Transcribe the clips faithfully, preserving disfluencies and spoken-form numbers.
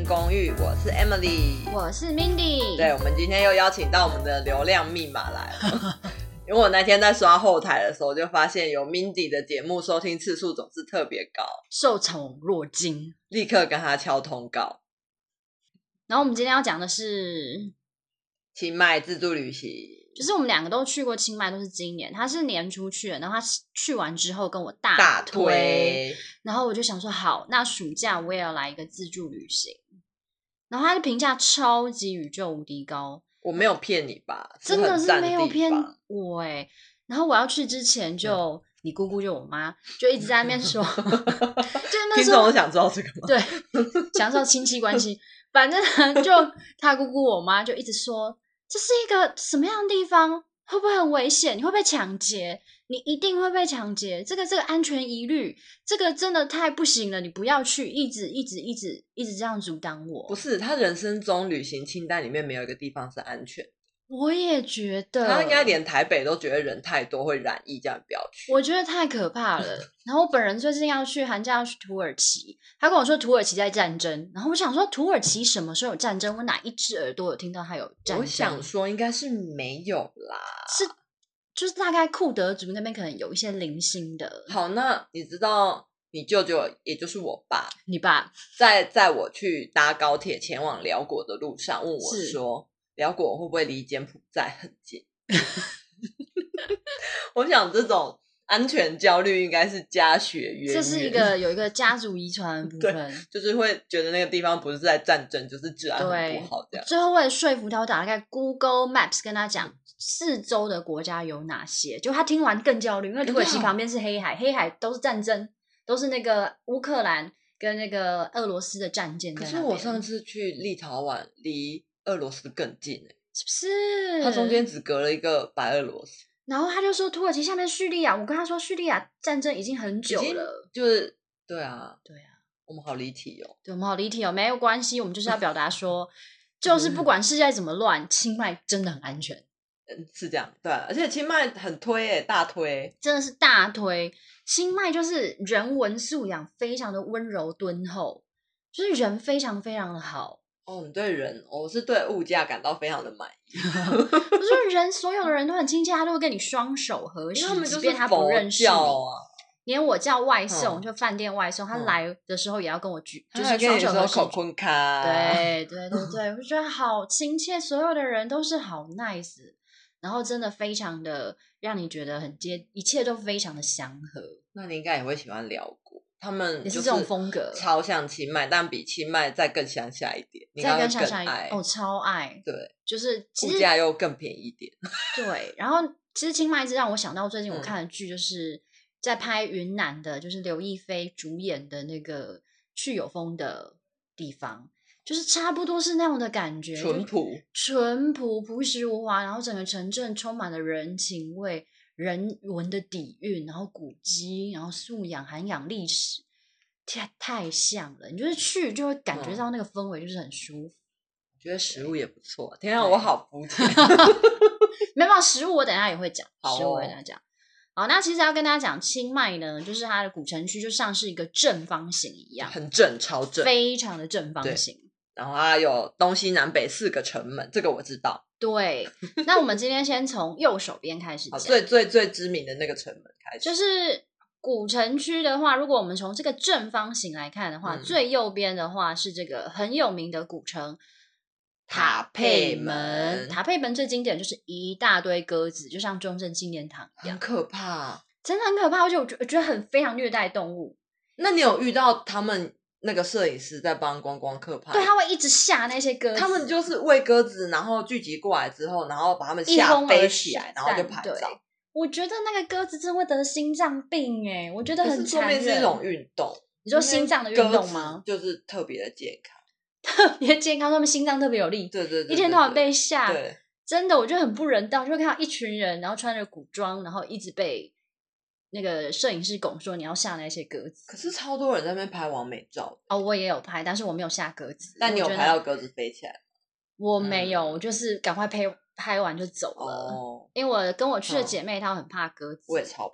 公寓，我是 Emily， 我是 Mindy。 对，我们今天又邀请到我们的流量密码来了。因为我那天在刷后台的时候，就发现有 Mindy 的节目收听次数总是特别高， 受宠若惊， 立刻跟他敲通告。 然后我们今天要讲的是清迈自助旅行， 就是我们两个都去过清迈，都是今年。他是年初去的，然后他去完之后跟我大推， 大推然后我就想说，好，那暑假我也要来一个自助旅行。然后他的评价超级宇宙无敌高， 我没有骗你吧？ 真的是没有骗地我哎、欸。然后我要去之前就，就、嗯、你姑姑就我妈就一直在那边说，就那听众都想知道这个吗？ 对，想知道亲戚关系。反正呢，就他姑姑我妈就一直说，这是一个什么样的地方？会不会很危险？你会被抢劫？你一定会被抢劫！这个这个安全疑虑，这个真的太不行了！你不要去，一直一直一直一直这样阻挡我。 不是，他人生中旅行清单里面没有一个地方是安全的。 我也觉得， 他应该连台北都觉得人太多会染疫，这样不要去。 我觉得太可怕了。然后我本人最近要去寒假要去土耳其，他跟我说土耳其在战争，然后我想说土耳其什么时候有战争？我哪一只耳朵有听到他有战争？ 我想说应该是没有啦， 是就是大概库德族那边可能有一些零星的。 好，那你知道你舅舅也就是我爸， 你爸在在我去搭高铁前往辽国的路上问我说，辽国会不会离柬埔寨很近？我想这种安全焦虑应该是家学渊源， 这是一个有一个家族遗传的部分， 就是会觉得那个地方不是在战争，就是治安很不好这样。 最后为了说服他，我打开 Google Maps 跟他讲四周的国家有哪些，就他听完更焦虑，因为土耳其旁边是黑海，黑海都是战争，都是那个乌克兰跟那个俄罗斯的战舰在那边。 可是我上次去立陶宛离俄罗斯更近欸， 是不是？ 它中间只隔了一个白俄罗斯。 然后他就说土耳其下面叙利亚，我跟他说叙利亚战争已经很久了， 就是对啊， 对啊， 我们好离题哦， 对，我们好离题哦，没有关系，我们就是要表达说，就是不管世界怎么乱，清迈真的很安全， 嗯，是这样，对啊，而且清迈很推耶，大推， 真的是大推。清迈就是人文素养非常的温柔敦厚，就是人非常非常的好。 哦，你对人，我是对物价感到非常的满意。 我觉得人所有的人都很亲切，他都会跟你双手合十，即便他不认识你。 啊、 连我叫外送，嗯、就饭店外送，他来的时候也要跟我举， 嗯、 就是双手合十。 口坤卡， 对对对对，我就觉得好亲切，所有的人都是好 nice， 然后真的非常的让你觉得很接，一切都非常的祥和。 那你应该也会喜欢辽国。他们也是这种风格， 超像清迈，但比清迈再更乡下一点， 再更乡下一点哦，超爱， 对， 就是物价又更便宜一点。 对，然后其实清迈一直让我想到最近我看的剧，就是在拍云南的，就是刘亦菲主演的那个去有风的地方，就是差不多是那样的感觉， 淳朴、 淳朴、朴实无华，然后整个城镇充满了人情味。人文的底蕴，然后古迹，然后素养、涵养、历史，太太像了。你就是去就会感觉到那个氛围，就是很舒服。 我觉得食物也不错。天啊，我好肤浅。 没有食物，我等一下也会讲。 好、哦， 食物我等一下讲。好，那其实要跟大家讲，清迈呢，就是它的古城区就像是一个正方形一样， 很正，超正， 非常的正方形。 然后它有东西南北四个城门，这个我知道。 对，那我们今天先从右手边开始讲， 最最最知名的那个城门开始。 就是古城区的话，如果我们从这个正方形来看的话，嗯、最右边的话是这个很有名的古城塔佩门。塔佩门最经典就是一大堆鸽子，就像中正纪念堂一样， 很可怕， 真的很可怕，而且我觉得我觉得很非常虐待动物。 那你有遇到他们？那个摄影师在帮观光客拍， 对，他会一直吓那些鸽子， 他们就是喂鸽子，然后聚集过来之后，然后把他们吓飞起来，然后就拍照。 我觉得那个鸽子真的会得心脏病哎，我觉得很残忍。 说明是一种运动， 你说心脏的运动吗？ 就是特别的健康， 特别健康，他们心脏特别有力。 对 对, 对, 对, 对， 一天到晚被吓， 对， 真的我觉得很不人道，就会看到一群人，然后穿着古装，然后一直被那个摄影师拱说你要吓那些鸽子， 可是超多人在那边拍完美照哦，我也有拍，但是我没有吓鸽子。 但你有拍到鸽子飞起来吗？ 我没有，我、嗯、就是赶快拍拍完就走了。哦，因为我跟我去的姐妹她很怕鸽子， 我也超怕鸽子。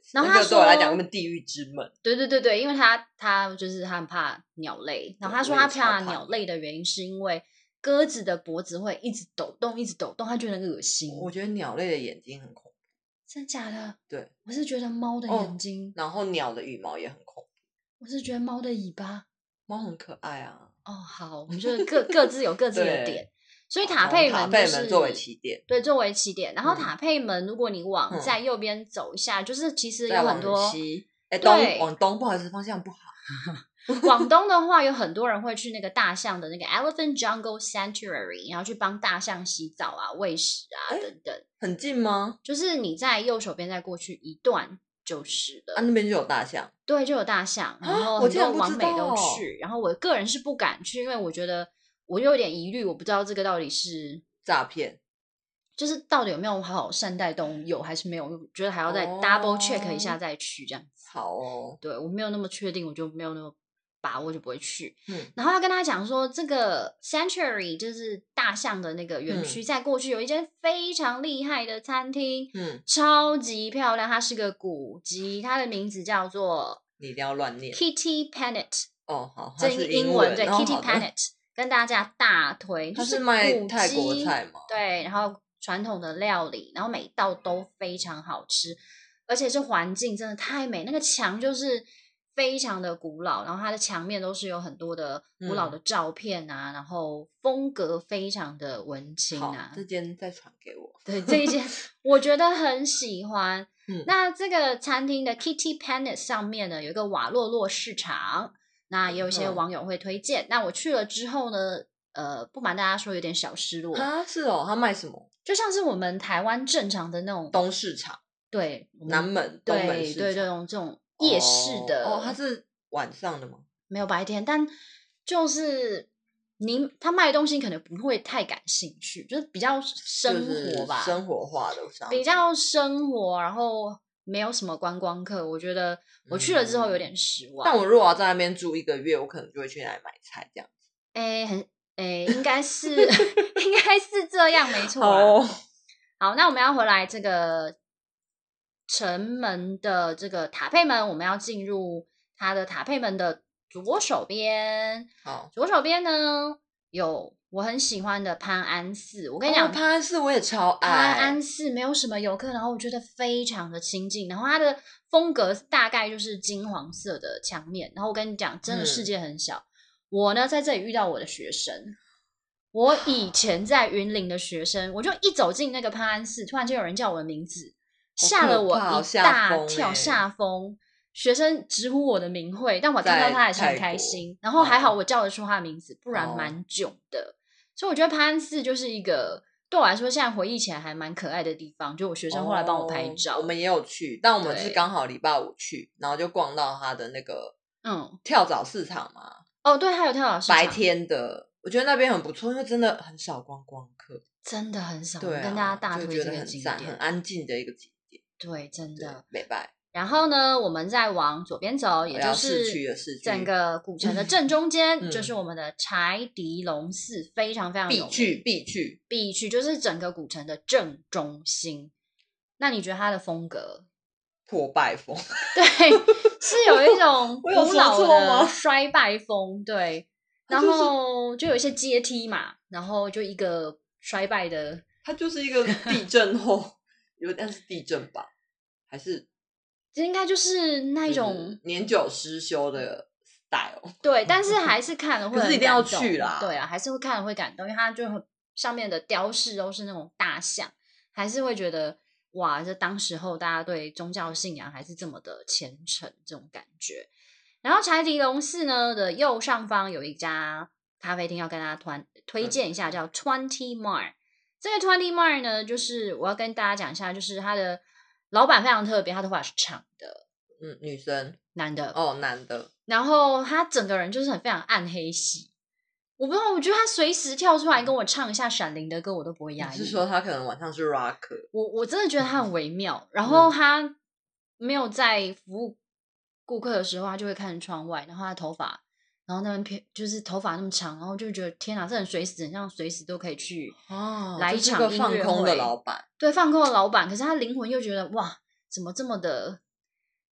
吃， 然后他说那个对我来讲根本地狱之门。 对对对对，因为他他就是他很怕鸟类，然后他说他怕鸟类的原因是因为鸽子的脖子会一直抖动，一直抖动，他觉得很恶心。 我觉得鸟类的眼睛很恐怖。 真假的？ 对， 我是觉得猫的眼睛、 哦，然后鸟的羽毛也很恐怖。 我是觉得猫的尾巴。 猫很可爱啊。 哦，好，我们就各各自有各自的点。所以塔佩门、就是、 塔佩门作为起点， 对，作为起点。然后塔佩门，如果你往在右边走一下，嗯、就是其实有很多。 往西，哎，东往东，不好意思，方向不好。 往东的话，有很多人会去那个大象的那个 Elephant Jungle Sanctuary， 然后去帮大象洗澡啊、喂食啊等等。 很近吗？ 就是你在右手边再过去一段就是了。 啊，那边就有大象。 对，就有大象，然后很多网美都去。然后我个人是不敢去，因为我觉得我有点疑虑，我不知道这个到底是诈骗， 就是到底有没有好好善待动物，有还是没有？我觉得还要再 double check 一下再去这样子。 好哦， 对我没有那么确定，我就没有那么把握，就不会去。 嗯， 然后要跟他讲说，这个 Sanctuary 就是大象的那个园区，嗯、在过去有一间非常厉害的餐厅， 嗯， 超级漂亮，它是个古迹，它的名字叫做你一定要乱念 Kitty Planet。 哦，好， 这是英文对 Kitty Planet， 跟大家大推。 它是卖泰国菜吗？ 对，然后传统的料理，然后每一道都非常好吃，而且是环境真的太美，那个墙就是非常的古老，然后它的墙面都是有很多的古老的照片啊，嗯、然后风格非常的文青啊。 好，这间再传给我。 对，这一间我觉得很喜欢。 嗯， 那这个餐厅的 Kitty Planet 上面呢，有一个瓦洛洛市场，那也有一些网友会推荐。嗯、那我去了之后呢，呃，不瞒大家说，有点小失落。 啊，是哦，他卖什么？ 就像是我们台湾正常的那种东市场， 对， 南门、东门市场， 对对，这种这种夜市的。 哦，它是晚上的吗？ 没有白天，但就是你他卖的东西可能不会太感兴趣，就是比较生活吧， 就是、生活化的， 比较生活，然后没有什么观光客。我觉得我去了之后有点失望。 嗯、但我如果要在那边住一个月，我可能就会去那里买菜这样子。 哎，很哎，应该是应该是这样，没错、啊。 好， 好，那我们要回来这个城门的这个塔佩门，我们要进入它的塔佩门的左手边。 好， 左手边呢有我很喜欢的潘安寺。我跟你讲、 哦，潘安寺我也超爱。 潘安寺没有什么游客，然后我觉得非常的清静，然后它的风格大概就是金黄色的墙面。然后我跟你讲，真的世界很小。嗯、我呢在这里遇到我的学生。我以前在云林的学生，我就一走进那个潘安寺，突然间有人叫我的名字，吓了我一大跳，吓疯。学生直呼我的名讳，但我听到他还是很开心。然后还好我叫得出他的名字，不然蛮囧的。哦、所以我觉得潘安寺就是一个对我来说现在回忆起来还蛮可爱的地方。就我学生后来帮我拍照， 哦、我们也有去，但我们是刚好礼拜五去，然后就逛到他的那个嗯跳蚤市场嘛。 哦，对，还有跳蚤市场， 白天的。我觉得那边很不错，因为真的很少观光客， 真的很少。 对、啊， 跟大家大推这个景点， 很安静的一个景点。 对，真的美拜。 然后呢，我们再往左边走，也就是整个古城的正中间，嗯、就是我们的柴迪龙寺，非常非常有名， 必去必去必去，就是整个古城的正中心。那你觉得它的风格？ 破败风， 对，是有一种古老的衰败风，对。然后就有一些阶梯嘛，然后就一个衰败的， 它就是一个地震后，有但是地震吧，还是这应该就是那一种、 就是、年久失修的 style。 对，但是还是看了会很感动，可是一定要去啦。 对啊，还是会看了会感动，因为它就上面的雕饰都是那种大象，还是会觉得哇，这当时候大家对宗教信仰还是这么的虔诚，这种感觉。然后柴迪龙寺呢的右上方有一家咖啡厅，要跟大家团推荐一下，叫 Twenty Mile。这个 Twenty Mile 呢，就是我要跟大家讲一下，就是他的老板非常特别，他头发是长的， 嗯，女生， 男的， 哦，男的。 然后他整个人就是很非常暗黑系，我不知道，我觉得他随时跳出来跟我唱一下闪灵的歌，我都不会压抑。 是说他可能晚上是 rocker？ 我我真的觉得他很微妙，然后他没有在服务顾客的时候，他就会看窗外，然后他的头发，然后那边偏就是头发那么长，然后就觉得天哪，这人随时很像随时都可以去哦， 来一场音乐会。 放空的老板， 对，放空的老板，可是他灵魂又觉得哇，怎么这么的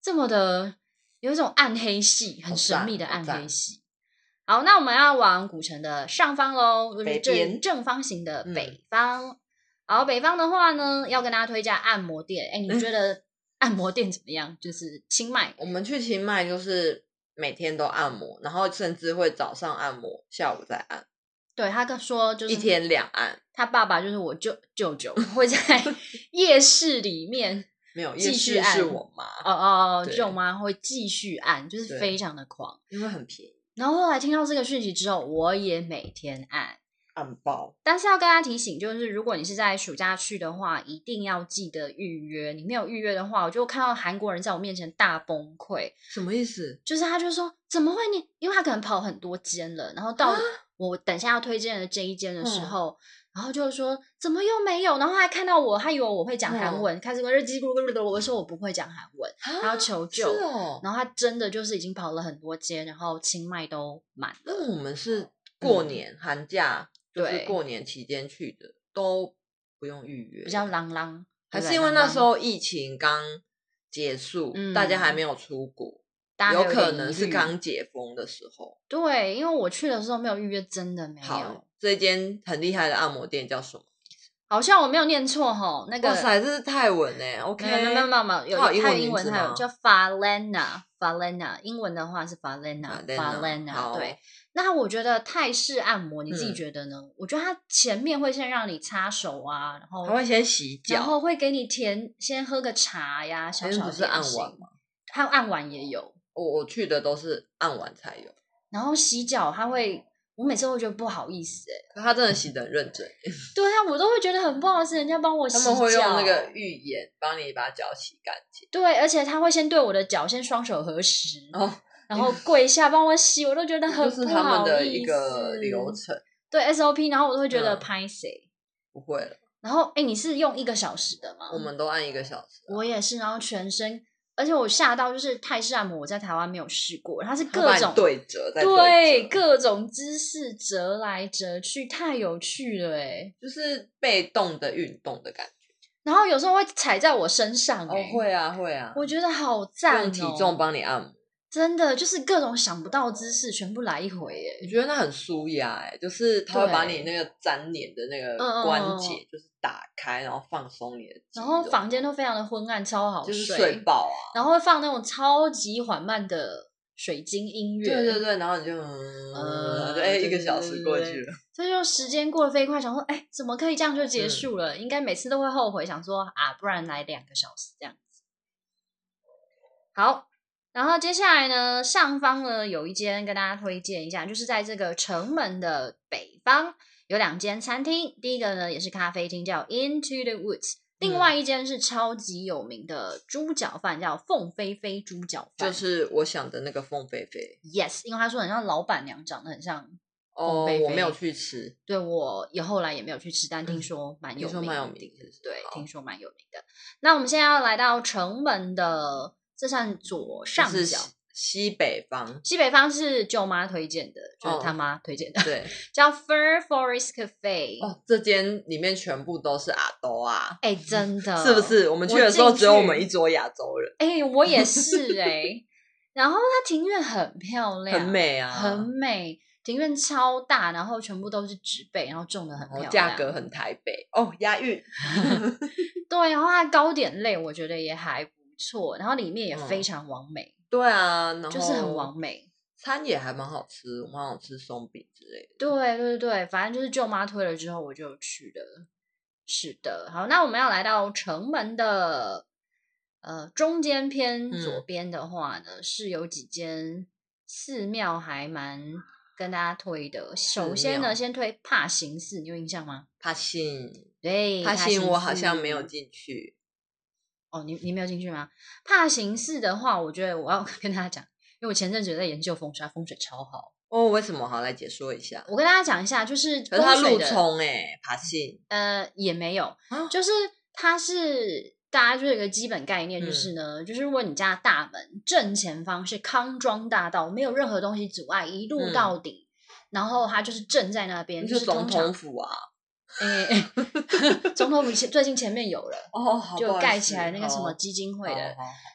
这么的有一种暗黑系，很神秘的暗好赞黑系。好，那我们要往古城的上方咯，就是正北边正方形的北方。嗯、好，北方的话呢，要跟大家推荐按摩店。哎，你觉得按摩店怎么样？就是清迈， 我们去清迈就是每天都按摩，然后甚至会早上按摩，下午再按。 对，他说就是一天两按。 他爸爸就是我舅舅舅，会在夜市里面没有继续按。 夜市是我妈哦哦，舅妈会继续按，就是非常的狂， 因为很便宜。 然后后来听到这个讯息之后，我也每天按按爆。 但是要跟大家提醒，就是如果你是在暑假去的话，一定要记得预约。你没有预约的话，我就看到韩国人在我面前大崩溃。 什么意思？ 就是他就说怎么会你？因为他可能跑很多间了，然后到我等下要推荐的这一间的时候。嗯然后就说怎么又没有？然后他还看到我，他以为我会讲韩文，嗯、开始跟日叽咕噜咕噜，我说我不会讲韩文，然后求救。 哦、 然后他真的就是已经跑了很多间，然后清迈都满了。 那我们是过年、嗯、寒假，就是过年期间去的，都不用预约， 比较浪浪。 还是因为那时候疫情刚结束，嗯、大家还没有出国。有可能是刚解封的时候。 对，因为我去的时候没有预约，真的没有。 好，这间很厉害的按摩店叫什么？ 好像我没有念错齁，那个哇塞，这是泰文耶 OK， 没有没有没有没有，有它有泰英文名字吗？ 它有叫 Falena Falena， 英文的话是 Falena Falena， 对。那我觉得泰式按摩，你自己觉得呢？嗯、我觉得它前面会先让你擦手啊，然后还会先洗脚， 然后会给你甜，先喝个茶呀，小小的。 不是按完吗？ 它按完也有。 我我去的都是按完才有， 然后洗脚他会，我每次都会觉得不好意思哎、 欸，他真的洗得很认真， 对啊，我都会觉得很不好意思，人家帮我洗脚， 他们会用那个浴盐帮你把脚洗干净， 对，而且他会先对我的脚先双手合十，哦、然后跪下帮我洗，我都觉得很不好意思， 就是他们的一个流程， 对 S O P， 然后我都会觉得拍谁、嗯、 不会了， 然后哎，你是用一个小时的吗？ 我们都按一个小时、啊， 我也是，然后全身。而且我吓到，就是泰式按摩，我在台湾没有试过，它是各种对折，对, 对各种姿势折来折去，太有趣了哎， 就是被动的运动的感觉。 然后有时候会踩在我身上， 哦，会啊会啊， 我觉得好赞哦， 用体重帮你按摩， 真的就是各种想不到姿势全部来一回哎， 我觉得那很舒压哎，就是它会把你那个粘连的那个关节，就是打开，然后放松你的肌肉， 然后房间都非常的昏暗，超好睡， 就是睡爆啊。 然后会放那种超级缓慢的水晶音乐， 对对对，然后你就嗯，呃、就哎、欸、一个小时过去了， 所以就时间过得飞快，想说哎、欸、怎么可以这样就结束了？嗯、应该每次都会后悔，想说啊，不然来两个小时这样子。好，然后接下来呢，上方呢有一间跟大家推荐一下，就是在这个城门的北方。有两间餐厅，第一个呢也是咖啡厅，叫 Into the Woods， 另外一间是超级有名的猪脚饭，叫凤飞飞猪脚饭， 就是我想的那个凤飞飞。 Yes， 因为他说很像老板娘，长得很像凤飞飞。 哦，我没有去吃， 对，我也后来也没有去吃，但听说蛮有名的， 听说蛮有名的， 对，听说蛮有名的。那我们现在要来到城门的，这算左上角。 西北方， 西北方是舅妈推荐的，就是他妈推荐的， 哦、对， 叫 Fur Forest Cafe。 哦，这间里面全部都是阿兜啊， 哎、欸，真的， 是不是？我们去的时候只有我们一桌亚洲人， 哎、欸，我也是哎、欸。然后它庭院很漂亮， 很美啊， 很美，庭院超大，然后全部都是植被，然后种的很漂亮， 价格很台北哦，押韵。 对，然后它糕点类我觉得也还不错，然后里面也非常完美。嗯对啊，然后就是很完美， 餐也还蛮好吃，我蛮好吃松饼之类的。 对对对，反正就是舅妈推了之后我就去了。是的，好，那我们要来到城门的呃中间偏左边的话呢，嗯、是有几间寺庙还蛮跟大家推的。首先呢，先推帕行寺，你有印象吗？ 帕行， 对， 帕行我好像没有进去。 哦，你你没有进去吗？帕行寺的话，我觉得我要跟大家讲，因为我前阵子在研究风水，风水超好哦。为什么？好，来解说一下。 我跟大家讲一下，就是可是它路冲哎，帕行呃也没有，啊、就是它是大家就有一个基本概念，就是呢，嗯、就是如果你家大门正前方是康庄大道，没有任何东西阻碍，一路到底，嗯、然后它就是正在那边， 就是总统府啊。 哎、欸，总统府最近前面有了哦，好就盖起来那个什么基金会的。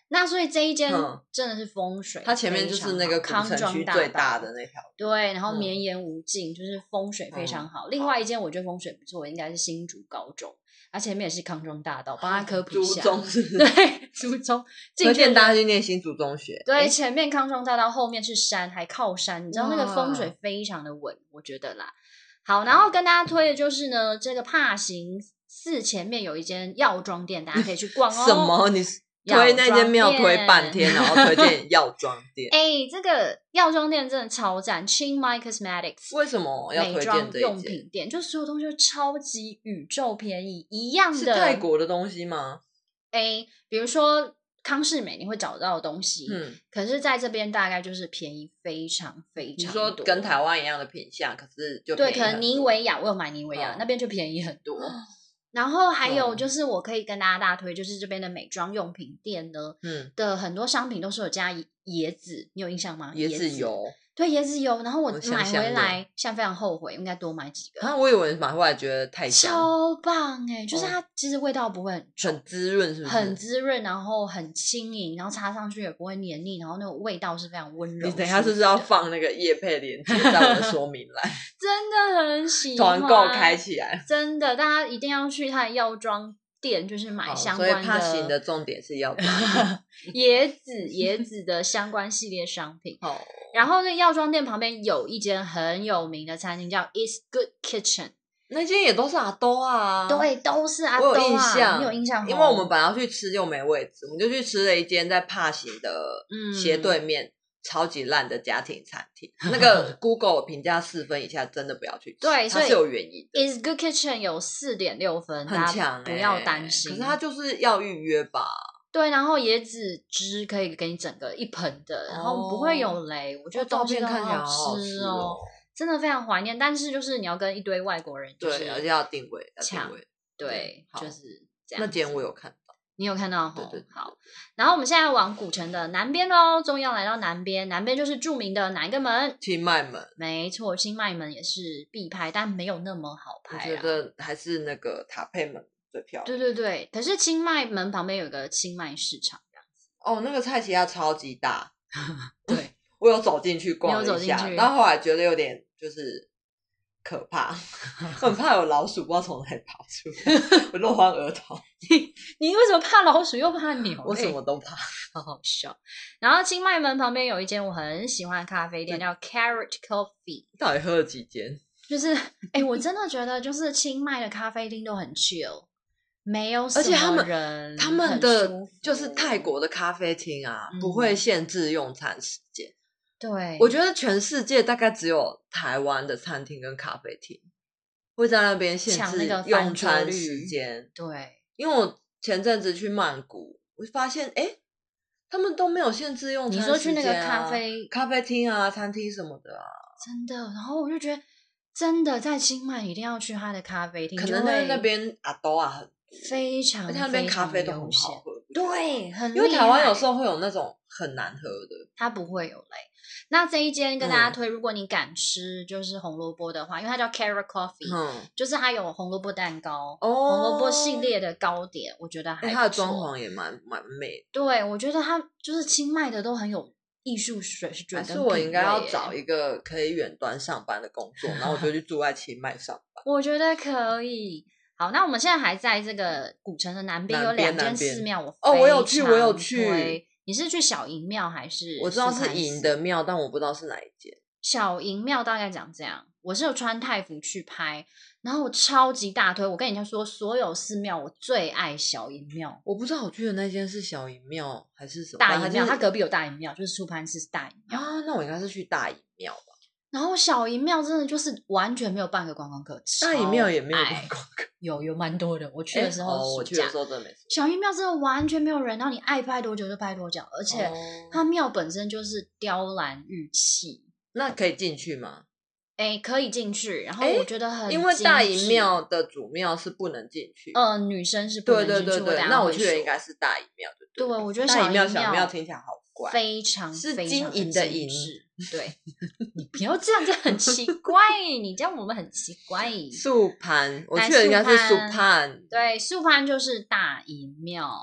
那所以这一间嗯真的是风水， 它前面就是那个古城区最大的那条路， 对，然后绵延无尽，嗯、就是风水非常好。嗯、另外一间我觉得风水不错，应该是新竹高中，它前面也是康庄大道，帮他科普一下。 竹中是不是？ 对，竹中。 推荐大家去念新竹中学。 对，欸、前面康庄大道，后面是山，还靠山，你知道那个风水非常的稳，我觉得啦。好，然后跟大家推的就是呢，这个帕行寺前面有一间药妆店，大家可以去逛哦。 什么？你推那间庙推半天，然后推荐药妆店。 哎、欸，这个药妆店真的超赞 ，Chiang Mai Cosmetics。 为什么要推荐这一间？ 美妆用品店，就所有东西都超级宇宙便宜，一样的。 是泰国的东西吗？ 哎、欸，比如说康士美你会找到的东西，嗯，可是在这边大概就是便宜非常非常多。 你说跟台湾一样的品相，可是就便宜很多。 对，可能妮维雅，我有买妮维雅、哦，那边就便宜很多。然后还有就是我可以跟大家大推，就是这边的美妆用品店呢，嗯，的很多商品都是有加椰子，你有印象吗？ 椰子油， 对，椰子油。然后我买回来，现在非常后悔，应该多买几个。 啊，我以为买回来觉得太香， 超棒哎、欸！就是它其实味道不会很重， 很滋润，是不是？ 很滋润，然后很轻盈，然后擦上去也不会黏腻，然后那个味道是非常温柔。 你等一下是不是要放那个业配链接在我的说明栏？ 真的很喜欢， 团购开起来， 真的，大家一定要去它的药妆店，就是买相关的。 所以帕行的重点是药妆椰子椰子的相关系列商品。 哦， 然后那药妆店旁边有一间很有名的餐厅叫 It's Good Kitchen， 那间也都是阿兜啊， 对，都是阿兜啊。 我有印象， 你有印象？ 因为我们本来要去吃又没位置，我们就去吃了一间在帕行的斜对面。嗯，超级烂的家庭餐厅，那个 Google 评价四分以下真的不要去吃， 对， 它是有原因的。 Is Good Kitchen 有 四点六分， 很强、欸， 不要担心。 可是它就是要预约吧？ 对，然后椰子汁可以给你整个一盆的，然后不会有雷，我觉得东西都很好吃哦，真的非常怀念。但是就是你要跟一堆外国人，就是、 对，而且要定位， 抢，对，就是这样。 那间我有看。 你有看到？ 对对对， 好。然后我们现在往古城的南边咯，终于要来到南边，南边就是著名的哪一个门？ 清迈门。 没错，清迈门也是必拍，但没有那么好拍、啊。 我觉得还是那个塔佩门最漂亮。 对对对，可是清迈门旁边有个清迈市场这样子。 哦，那个菜市场超级大。 对， 我有走进去逛了一下，但后来觉得有点就是可怕，我很怕有老鼠不知道从哪里跑出来，我落荒而逃。 你你为什么怕老鼠又怕牛？ 我什么都怕， 好好笑。然后清迈门旁边有一间我很喜欢的咖啡店，叫 Carrot Coffee。 到底喝了几间？ 就是哎、欸，我真的觉得就是清迈的咖啡厅都很 chill， 没有什么人， 而且他们他们的就是泰国的咖啡厅啊、嗯，不会限制用餐时间。 对， 我觉得全世界大概只有台湾的餐厅跟咖啡厅会在那边限制用餐时间。 对， 因为我前阵子去曼谷，我发现哎、欸，他们都没有限制用餐时间、啊。 你说去那个咖啡咖啡厅啊、餐厅什么的啊， 真的。然后我就觉得，真的在清迈一定要去他的咖啡厅， 可能在那边阿多啊很非常， 而且那边咖啡都很好喝。 对，很厉害。 因为台湾有时候会有那种很难喝的， 它不会有雷。那这一间跟大家推、嗯，如果你敢吃就是红萝卜的话，因为它叫 Carrot Coffee，、嗯、就是它有红萝卜蛋糕、哦、红萝卜系列的糕点，我觉得还不错。 它的装潢也蛮蛮美的。 对，我觉得它就是清迈的都很有艺术水准。 还是我应该要找一个可以远端上班的工作，然后我就去住在清迈上班。 我觉得可以。好，那我们现在还在这个古城的南边，有两间寺庙，我哦，我有去，我有去。 你是去小银庙还是？ 我知道是银的庙，但我不知道是哪一间。 小银庙大概长这样，我是有穿泰服去拍，然后我超级大推。我跟你说，所有寺庙我最爱小银庙。 我不知道我去的那间是小银庙还是什么大银庙，它隔壁有大银庙，就是出潘寺是大银庙啊。那我应该是去大银庙吧。 然后小银庙真的就是完全没有半个观光客， 大银庙也没有观光客， 有有蛮多的。我去的时候、欸哦，我去的时候真的没事。 小银庙真的完全没有人，然后你爱拍多久就拍多久，而且它庙本身就是雕栏玉砌。 那可以进去吗？ 哎、欸，可以进去。然后我觉得很、欸， 因为大银庙的主庙是不能进去， 呃，女生是不能进去。 对对对对，那我去的应该是大银庙，对对。对，我觉得大银庙小庙听起来好怪， 非常是金银的银。 对，你不要这样，这样很奇怪。你这样我们很奇怪。 素攀，我去的应该是素攀。 对，素攀就是大银庙。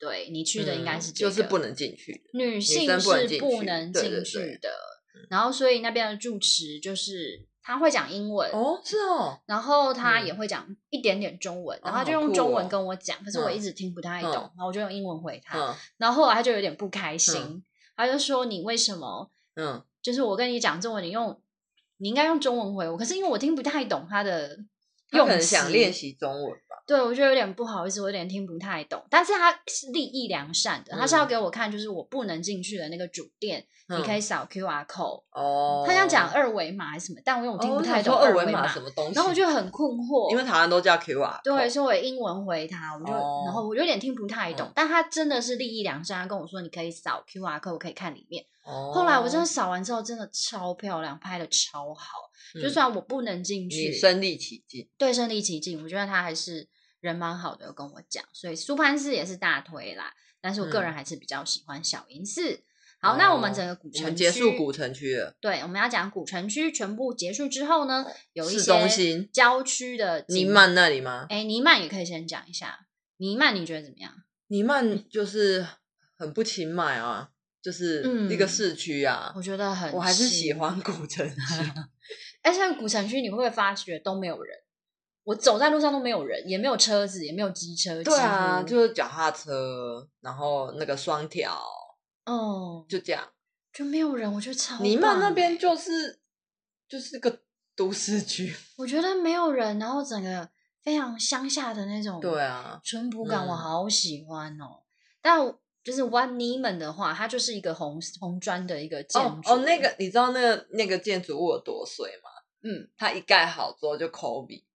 对，你去的应该是嗯、 这个、 就是不能进去的， 女性是不能进去的。 对对对， 然后所以那边的住持就是他会讲英文哦，是哦， 然后他也会讲一点点中文，嗯、然后他就用中文跟我讲，哦、可是我一直听不太懂，嗯、然后我就用英文回他，嗯、然后后来他就有点不开心，嗯、他就说你为什么，嗯，就是我跟你讲中文，你用你应该用中文回我，可是因为我听不太懂他的用词，他可能想练习中文吧。 对，我觉得有点不好意思，我有点听不太懂，但是他是立意良善的，嗯、他是要给我看，就是我不能进去的那个主店，嗯、你可以扫 Q R code。哦，他想讲二维码还是什么，但我因为我听不太懂二维码什么东西， 然后我就很困惑， 因为台湾都叫 Q R code。 对，所以我英文回他，我就、哦、然后我有点听不太懂，嗯、但他真的是立意良善，他跟我说你可以扫 Q R code， 可以看里面。哦，后来我真的扫完之后，真的超漂亮，拍的超好。嗯、就算我不能进去， 你身临其境， 对，身临其境，我觉得他还是人蛮好的，有跟我讲，所以苏潘寺也是大推啦。但是我个人还是比较喜欢小银寺。嗯、好，哦、那我们整个古城区， 我们结束古城区了。 对，我们要讲古城区全部结束之后呢，有一市中心郊区的尼曼那里吗？ 哎，尼曼也可以先讲一下。尼曼你觉得怎么样？ 尼曼就是很不清迈啊。就是一个市区啊、 嗯，我觉得很， 我还是喜欢古城区。 而且古城区你会不会发觉都没有人？我走在路上都没有人，也没有车子，也没有机车。 对啊，就是脚踏车，然后那个双条，哦，就这样， 就没有人，我觉得超棒。 尼曼那边就是就是个都市区， 我觉得没有人，然后整个非常乡下的那种， 对啊， 淳朴感，我好喜欢哦。嗯、但就是 Wat Nijman 的话，它就是一个红红砖的一个建筑。 哦，哦那个你知道那个那个建筑物有多衰吗？嗯，它一盖好之后就 COVID，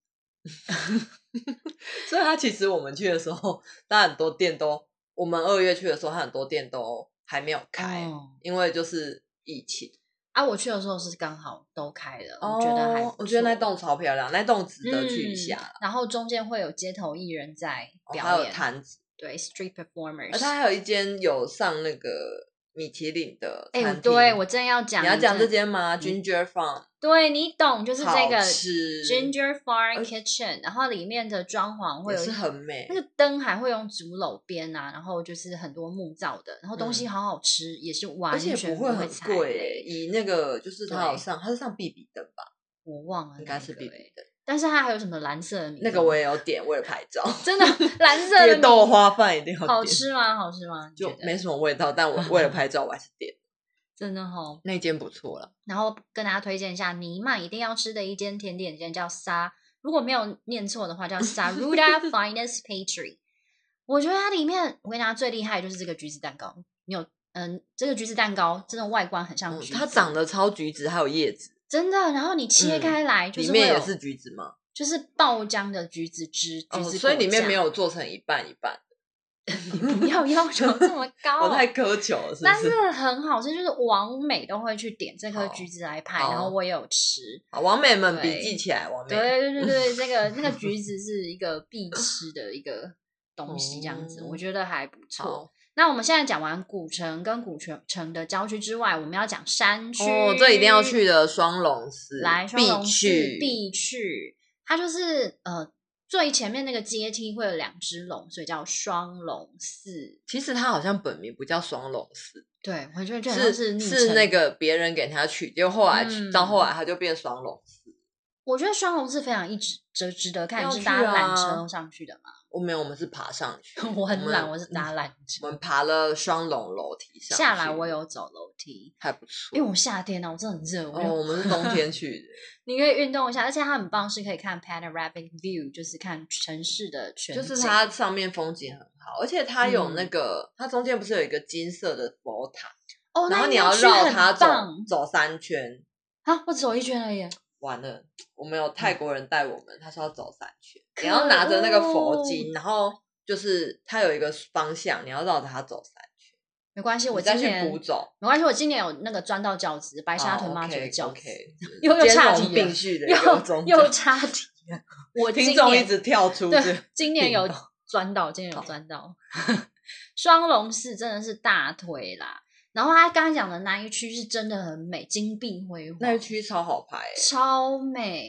所以它其实我们去的时候，它很多店都，我们二月去的时候，它很多店都还没有开，哦、因为就是疫情。 啊，我去的时候是刚好都开了，哦、我觉得还不错， 我觉得那栋超漂亮，那栋值得去一下、嗯。 然后中间会有街头艺人在表演， 哦、还有摊子。 对 ，street performers， 而它还有一间有上那个米其林的餐厅。 欸、对我正要讲， 你要讲这间吗、嗯、？Ginger Farm， 对你懂，就是这个 Ginger Farm Kitchen， 然后里面的装潢会有也是很美， 那个灯还会用竹篓边啊，然后就是很多木造的，然后东西好好吃，嗯、也是完全不会很贵。以那个就是它有上，它是上必比登吧？ 我忘了、那個， 应该是必比登。 但是它还有什么蓝色的米？ 那个我也有点，为了拍照。 真的，蓝色的米豆花饭一定要点。 好吃吗？好吃吗？ 就没什么味道，但我为了拍照，我还是点。 真的齁， 那间不错了。 然后跟大家推荐一下尼曼一定要吃的一间甜点店，叫沙，如果没有念错的话，叫 Saruda Finest Pastry。我觉得它里面，我跟大家最厉害的就是这个橘子蛋糕。你有嗯，这个橘子蛋糕真的外观很像橘子， 嗯、它长得超橘子，还有叶子。 真的，然后你切开来、嗯、就是里面也是橘子吗？ 就是爆浆的橘子汁，橘子、哦、 所以里面没有做成一半一半。 你不要要求这么高， 我太苛求了是不是？ 但是很好吃，就是网美都会去点这颗橘子来拍，然后我也有吃。 好，网美们笔记起来，网美。 对对对对，这个那个橘子是一个必吃的一个东西，这样子、嗯、我觉得还不错。那我们现在讲完古城跟古城的郊区之外，我们要讲山区哦，这一定要去的双龙寺， 来双龙寺必去， 必去。它就是呃最前面那个阶梯会有两只龙，所以叫双龙寺。 其实它好像本名不叫双龙寺， 对，我觉得就是是是那个别人给他取，结果后来、嗯、到后来它就变双龙寺。 我觉得双龙寺非常一直值值得看，是搭缆车上去的嘛？ 我没有，我们是爬上去。 我很懒，我是搭缆车。 我们爬了双龙楼梯上去， 下来我有走楼梯， 还不错。 因为我夏天啊，我真的很热。 哦，我们是冬天去的。 你可以运动一下，而且它很棒，是可以看 panoramic view， 就是看城市的全景。 就是它上面风景很好，而且它有那个，嗯、它中间不是有一个金色的佛塔？ 哦， 然后你要绕它走走三圈。 啊，我走一圈而已。 完了，我们有泰国人带我们，他说要走三圈，你要拿着那个佛经，然后就是它有一个方向，你要绕着它走三圈。 没关系，我今年再去补走。 没关系，我今年有那个钻到教子，白沙屯妈祖的教子， okay, 又又岔题并蓄的又又岔题了。我听众一直跳出， 对，今年有钻到，今年有钻到。双龙寺真的是大推啦。然后他刚才讲的那一区是真的很美，金碧辉煌， 那一区超好拍、欸， 超美。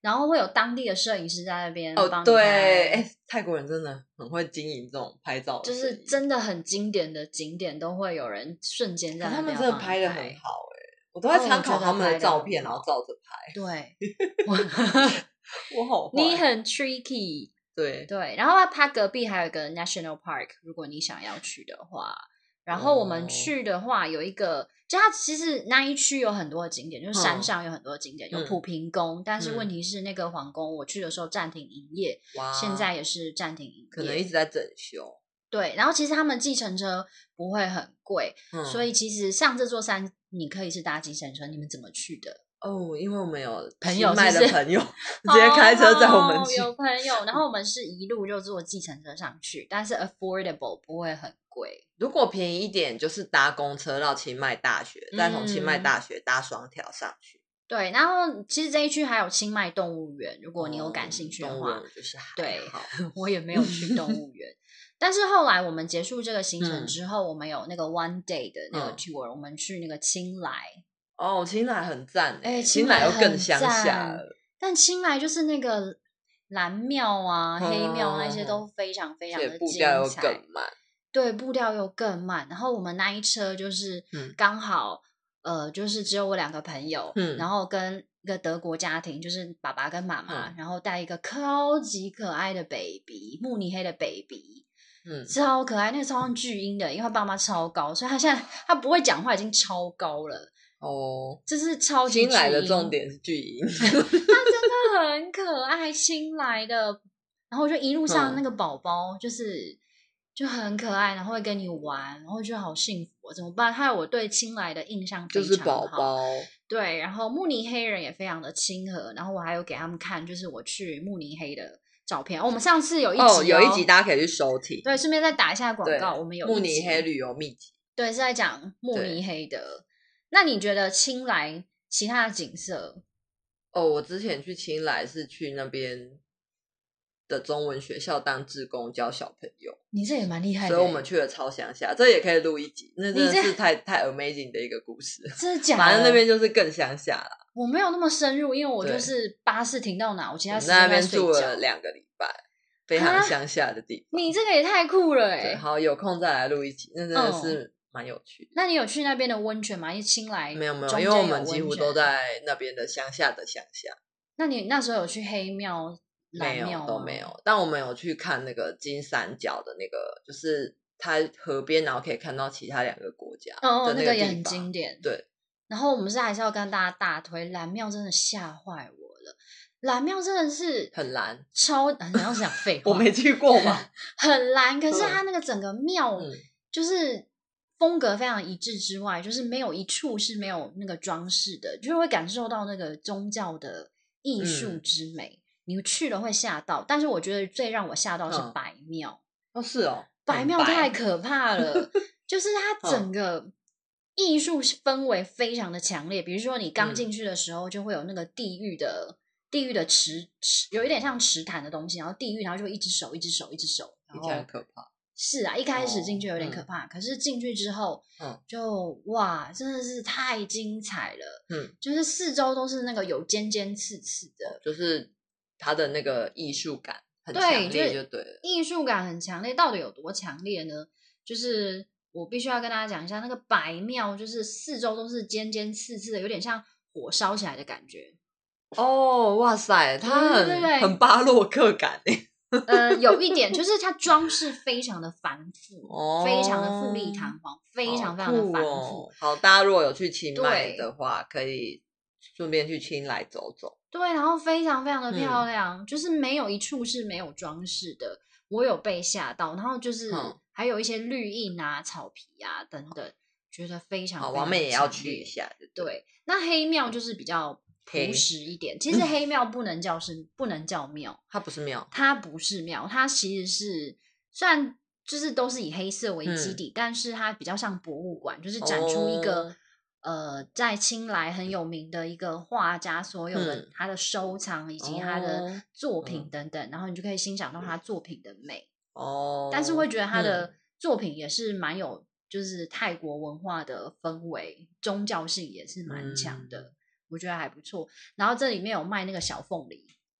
然后会有当地的摄影师在那边帮你拍。 哦，对，哎，泰国人真的很会经营这种拍照的， 就是真的很经典的景点都会有人瞬间在那边他们真的拍的很好哎、欸，我都在参考他们的照片，然后照着拍。 对， 我好坏， 你很 tricky。 对对，然后它隔壁还有一个 National Park， 如果你想要去的话。然后我们去的话，有一个，哦、就它其实那一区有很多的景点，就是山上有很多的景点，嗯、有普平宫，但是问题是那个皇宫，我去的时候暂停营业，现在也是暂停营业， 可能一直在整修。 对，然后其实他们计程车不会很贵，嗯、所以其实上这座山你可以是搭计程车。你们怎么去的？ 哦，因为我们有朋友卖的朋友直接开车载我们去， 哦、有朋友，然后我们是一路就坐计程车上去，但是 affordable 不会很贵。 如果便宜一点，就是搭公车到清迈大学，嗯、再从清迈大学搭双条上去。 对，然后其实这一区还有清迈动物园，如果你有感兴趣的话， 哦、就是还好对，我也没有去动物园。但是后来我们结束这个行程之后，嗯、我们有那个 one day 的那个 tour，、嗯、我们去那个清莱。 哦，清莱很赞哎， 清莱又更乡下了。 但清莱就是那个蓝庙啊、嗯、黑庙那些都非常非常的精彩， 步调又更慢。 对，步调又更慢。然后我们那一车就是刚好、嗯、呃，就是只有我两个朋友，嗯、然后跟一个德国家庭，就是爸爸跟妈妈，嗯、然后带一个超级可爱的 baby， 慕尼黑的 baby。嗯，超可爱，那个超像巨婴的，因为他爸妈超高，所以他现在他不会讲话，已经超高了。哦，这是超级巨婴。 清莱的重点是巨婴， 他真的很可爱，清莱的。然后我就一路上那个宝宝就是、嗯、就很可爱，然后会跟你玩，然后觉得好幸福、哦，怎么办？害我对清莱的印象非常好。 就是宝宝。 对，然后慕尼黑人也非常的亲和，然后我还有给他们看，就是我去慕尼黑的照片。我们上次有一集、哦哦、有一集大家可以去收听。 对，顺便再打一下广告。我们有一集慕尼黑旅游秘籍， 对，是在讲慕尼黑的。那你觉得清莱其他的景色？ 哦，我之前去清莱是去那边的中文学校当志工教小朋友。 你这也蛮厉害的， 所以我们去了超乡下，这也可以录一集。那真的是太太 amazing 的一个故事， 真的假的？ 反正那边就是更乡下啦。 我没有那么深入，因为我就是巴士停到哪，我其他时间在那边住了两个礼拜，非常乡下的地方。 你这个也太酷了哎、欸！ 好，有空再来录一集，那真的是蛮有趣的、嗯。 那你有去那边的温泉吗？因为清莱没有没有，因为我们几乎都在那边的乡下的乡下。 那你那时候有去黑庙、蓝庙吗？ 没有，都没有。但我们有去看那个金三角的那个，就是它河边，然后可以看到其他两个国家的那个地方。 哦，那个也很经典。 对。 然后我们是还是要跟大家大推蓝庙，真的吓坏我了。蓝庙真的是很蓝， 超好像是讲废话， 我没去过嘛。 很蓝，可是它那个整个庙就是风格非常一致之外，就是没有一处是没有那个装饰的，就是会感受到那个宗教的艺术之美。嗯、你去了会吓到，但是我觉得最让我吓到是白庙。 嗯、哦，是哦， 白庙太可怕了，就是它整个艺术氛围非常的强烈。比如说你刚进去的时候，就会有那个地狱的。地狱的池池有一点像池潭的东西，然后地狱，然后就会一只手一只手一只手， 听起来很可怕。 是啊，一开始进去有点可怕，哦嗯、可是进去之后，嗯，就哇，真的是太精彩了。嗯，就是四周都是那个有尖尖刺刺的， 哦、就是它的那个艺术感很强烈，就对了。 艺术感很强烈，到底有多强烈呢？就是我必须要跟大家讲一下，那个白庙就是四周都是尖尖刺刺的，有点像火烧起来的感觉。 哦，哇塞，它很对对对很巴洛克感诶。 呃，有一点就是它装饰非常的繁复，哦、非常的富丽堂皇，非常非常的繁复。 哦、好，大家如果有去清迈的话，可以顺便去清莱走走。 对，然后非常非常的漂亮，嗯、就是没有一处是没有装饰的。我有被吓到，然后就是还有一些绿荫啊、草皮啊等等，觉得非常非常好，我们也要去一下。 对，对那黑庙就是比较。朴实一点，其实黑庙不能叫是不能叫庙， 它不是庙， 它不是庙，它其实是虽然就是都是以黑色为基底，嗯、但是它比较像博物馆，就是展出一个、哦、呃在清莱很有名的一个画家所有的、嗯、他的收藏以及他的作品等等，哦、然后你就可以欣赏到他作品的美哦，但是会觉得他的作品也是蛮有就是泰国文化的氛围，宗教性也是蛮强的。嗯我觉得还不错，然后这里面有卖那个小凤梨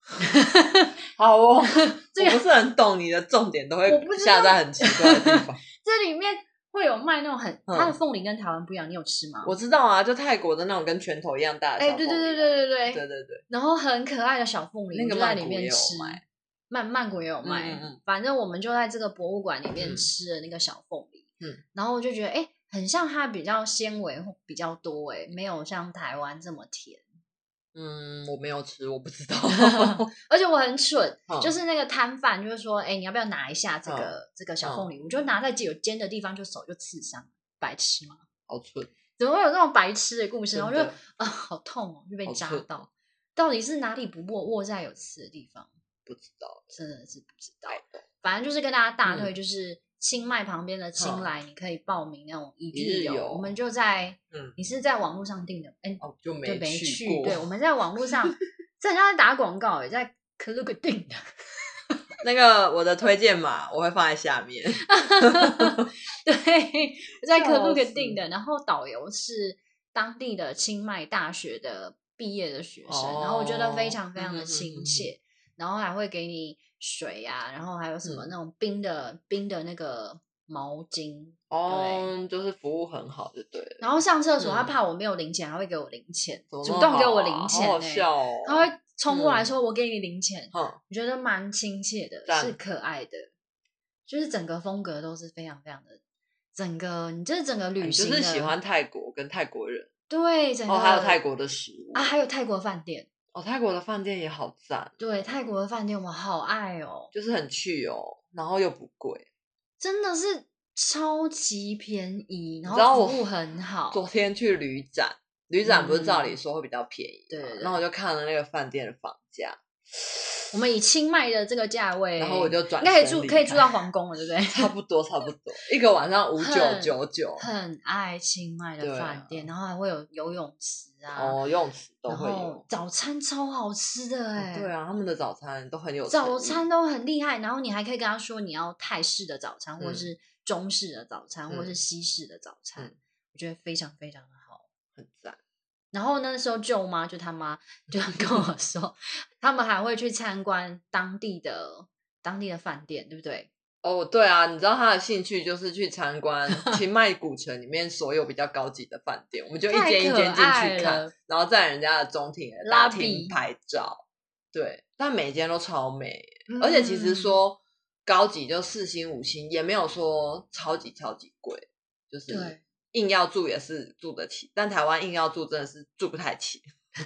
好哦，这个、我不是很懂你的重点，都会下在很奇怪的地方。 这里面会有卖那种很，它的凤梨跟台湾不一样，你有吃吗？ 我知道啊，就泰国的那种跟拳头一样大的小凤梨。 哎、欸，对对对对对对对对对。 然后很可爱的小凤梨， 那个就在里面吃。 曼曼谷也有卖， 嗯嗯反正我们就在这个博物馆里面吃了那个小凤梨， 嗯， 然后我就觉得，哎、欸，很像它比较纤维比较多，哎，没有像台湾这么甜。 嗯，我没有吃，我不知道。 而且我很蠢， 嗯、 就是那个摊贩就是说，哎、欸，你要不要拿一下这个、 嗯、 这个小凤梨？嗯、我就拿在有尖的地方，就手就刺伤，白痴吗？ 好蠢！ 怎么会有这种白痴的故事？然后就啊、呃，好痛哦，就被扎到。到底是哪里不握握在有刺的地方？ 不知道， 真的是不知道。反正就是跟大家大推， 嗯、 就是清迈旁边的清莱，嗯、你可以报名那种一日游。游我们就在， 嗯， 你是在网络上订的？哎、欸， 哦，就没对没去过。 对，我们在网络上，这很像在打广告哎，在 Klook 订的。 那个我的推荐码我会放在下面。 对，在 Klook 订的，然后导游是当地的清迈大学的毕业的学生，哦、然后我觉得非常非常的亲切，嗯、然后还会给你水啊，然后还有什么那种冰的、嗯、冰的那个毛巾哦，对，就是服务很好就对了。 然后上厕所、嗯、他怕我没有零钱，还会给我零钱， 主动给我零钱、欸， 好好笑哦。 他会冲过来说：“我给你零钱。 嗯” 我觉得蛮亲切的，是可爱的，就是整个风格都是非常非常的，整个你就是整个旅行的， 就是喜欢泰国跟泰国人。 对，整个哦，还有泰国的食物啊，还有泰国饭店哦，泰国的饭店也好赞。 对，泰国的饭店我好爱哦， 就是很去哦，然后又不贵， 真的是超级便宜，然后服务很好。 昨天去旅展，旅展不是照理说会比较便宜嘛， 对、嗯， 然后我就看了那个饭店的房价。 我们以清迈的这个价位， 然后我就转， 应该可以住，可以住到皇宫了，对不对？ 差不多，差不多，一个晚上五九九九。 很爱清迈的饭店，啊、然后还会有游泳池啊， 哦，游泳池都会有。 早餐超好吃的哎、 欸哦，对啊，他们的早餐都很有， 早餐都很厉害。然后你还可以跟他说你要泰式的早餐， 嗯、 或是中式的早餐， 嗯、 或是西式的早餐， 嗯、 我觉得非常非常的好， 很赞。 然后那时候舅妈就他妈就跟我说，他们还会去参观当地的当地的饭店，对不对？ 哦，对啊，你知道他的兴趣就是去参观清迈古城里面所有比较高级的饭店，我们就一间一间进去看，然后在人家的中庭的大厅拍照。对，但每间都超美，嗯、而且其实说高级就四星五星，也没有说超级超级贵，就是对。硬要住也是住得起，但台湾硬要住真的是住不太起。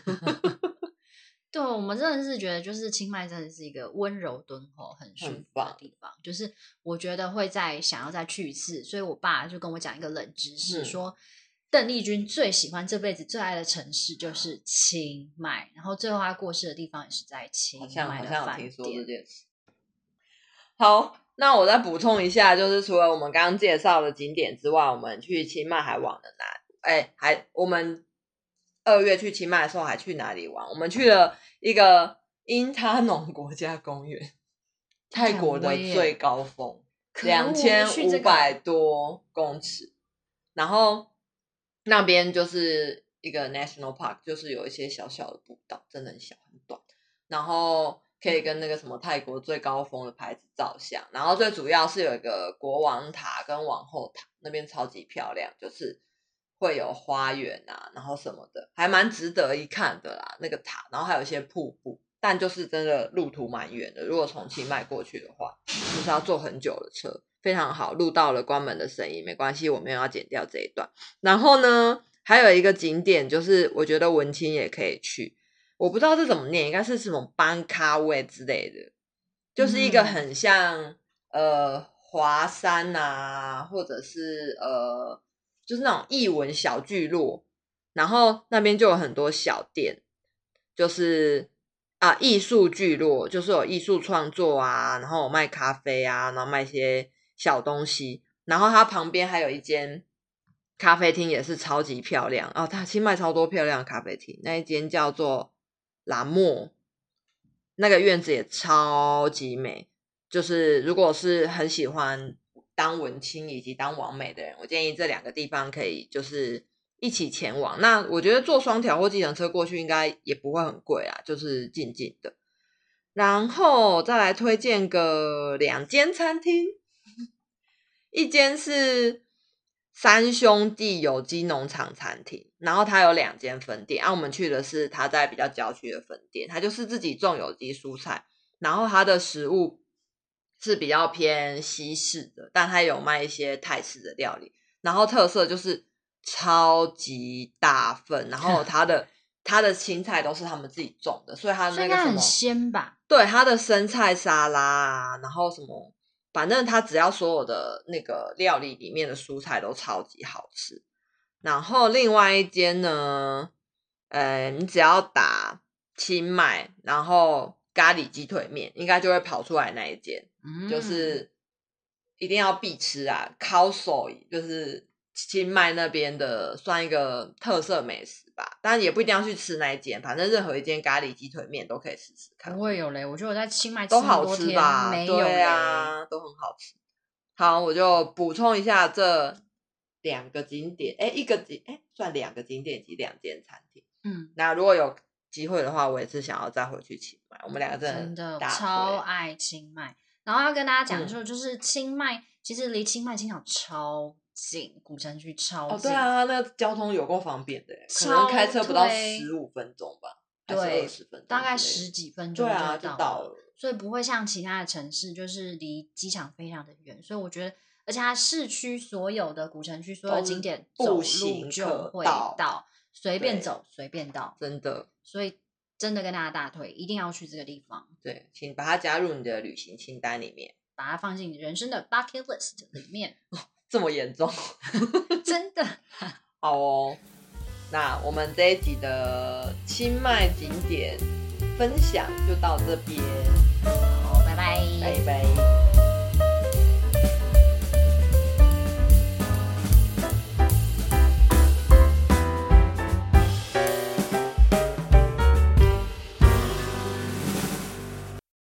对，我们真的是觉得就是清迈真的是一个温柔敦厚很舒服的地方，就是我觉得会再想要再去一次，所以我爸就跟我讲一个冷知识、嗯、说邓丽君最喜欢这辈子最爱的城市就是清迈，然后最后他过世的地方也是在清迈的饭店。好像好像有听说这件事。 好，那我再补充一下，就是除了我们刚刚介绍的景点之外，我们去清迈还往了哪里？哎，还我们二月去清迈的时候还去哪里玩？我们去了一个因他农国家公园，泰国的最高峰，两千五百多公尺，然后那边就是一个 national park， 就是有一些小小的步道，真的很小很短，然后可以跟那个什么泰国最高峰的牌子照相，然后最主要是有一个国王塔跟王后塔，那边超级漂亮，就是会有花园啊，然后什么的，还蛮值得一看的啦，那个塔，然后还有一些瀑布，但就是真的路途蛮远的，如果从清迈过去的话，就是要坐很久的车，非常好，录到了关门的声音，没关系，我没有要剪掉这一段。然后呢，还有一个景点，就是我觉得文青也可以去，我不知道这怎么念，应该是什么班卡位之类的，就是一个很像、嗯、呃华山啊，或者是呃就是那种艺文小聚落，然后那边就有很多小店，就是啊艺术聚落，就是有艺术创作啊，然后有卖咖啡啊，然后卖一些小东西，然后它旁边还有一间咖啡厅也是超级漂亮哦，它清迈超多漂亮的咖啡厅，那一间叫做拉莫，那个院子也超级美，就是如果是很喜欢当文青以及当网美的人，我建议这两个地方可以就是一起前往。那我觉得坐双条或计程车过去应该也不会很贵啦，就是近近的。 然后再来推荐个两间餐厅，一间是三兄弟有机农场餐厅，然后它有两间分店，啊，我们去的是它在比较郊区的分店，它就是自己种有机蔬菜，然后它的食物是比较偏西式的，但它有卖一些泰式的料理，然后特色就是超级大份，然后它的它的青菜都是他们自己种的，所以它那个什么所以应该很鲜吧？ 对，它的生菜沙拉啊，然后什么，反正它只要所有的那个料理里面的蔬菜都超级好吃。然后另外一间呢，呃，你只要打清迈，然后咖喱鸡腿面，应该就会跑出来那一间， 嗯， 就是一定要必吃啊，烤手就是清迈那边的算一个特色美食吧，当然也不一定要去吃那一间，反正任何一间咖喱鸡腿面都可以试试看。 不会有嘞，我觉得我在清迈吃都好那么多天吃吧？ 没有嘞。 对啊，都很好吃。好，我就补充一下这两个景点，哎，一个景，哎，算两个景点及两间餐厅。 嗯， 那如果有机会的话，我也是想要再回去清迈。我们两个真的大超推爱清迈。然后要跟大家讲嗯说，就是清迈其实离清迈机场超近，古城区超近。 哦，对啊，那个交通有够方便的，可超能开车不到推十五分钟吧，还是对二十分钟之类的， 大概十几分钟对啊， 就到就到了。 所以不会像其他的城市，就是离机场非常的远。所以我觉得，而且它市区所有的古城区所有的景点都是走路步行就会可到到，随便对走随便到， 真的。 所以真的跟大家大推，一定要去这个地方， 对，请把它加入你的旅行清单里面。 把它放进你人生的 bucket list 里面。 这么严重？ 真的。 好哦，那我们这一集的清迈景点分享就到这边， 好，拜拜。 拜拜。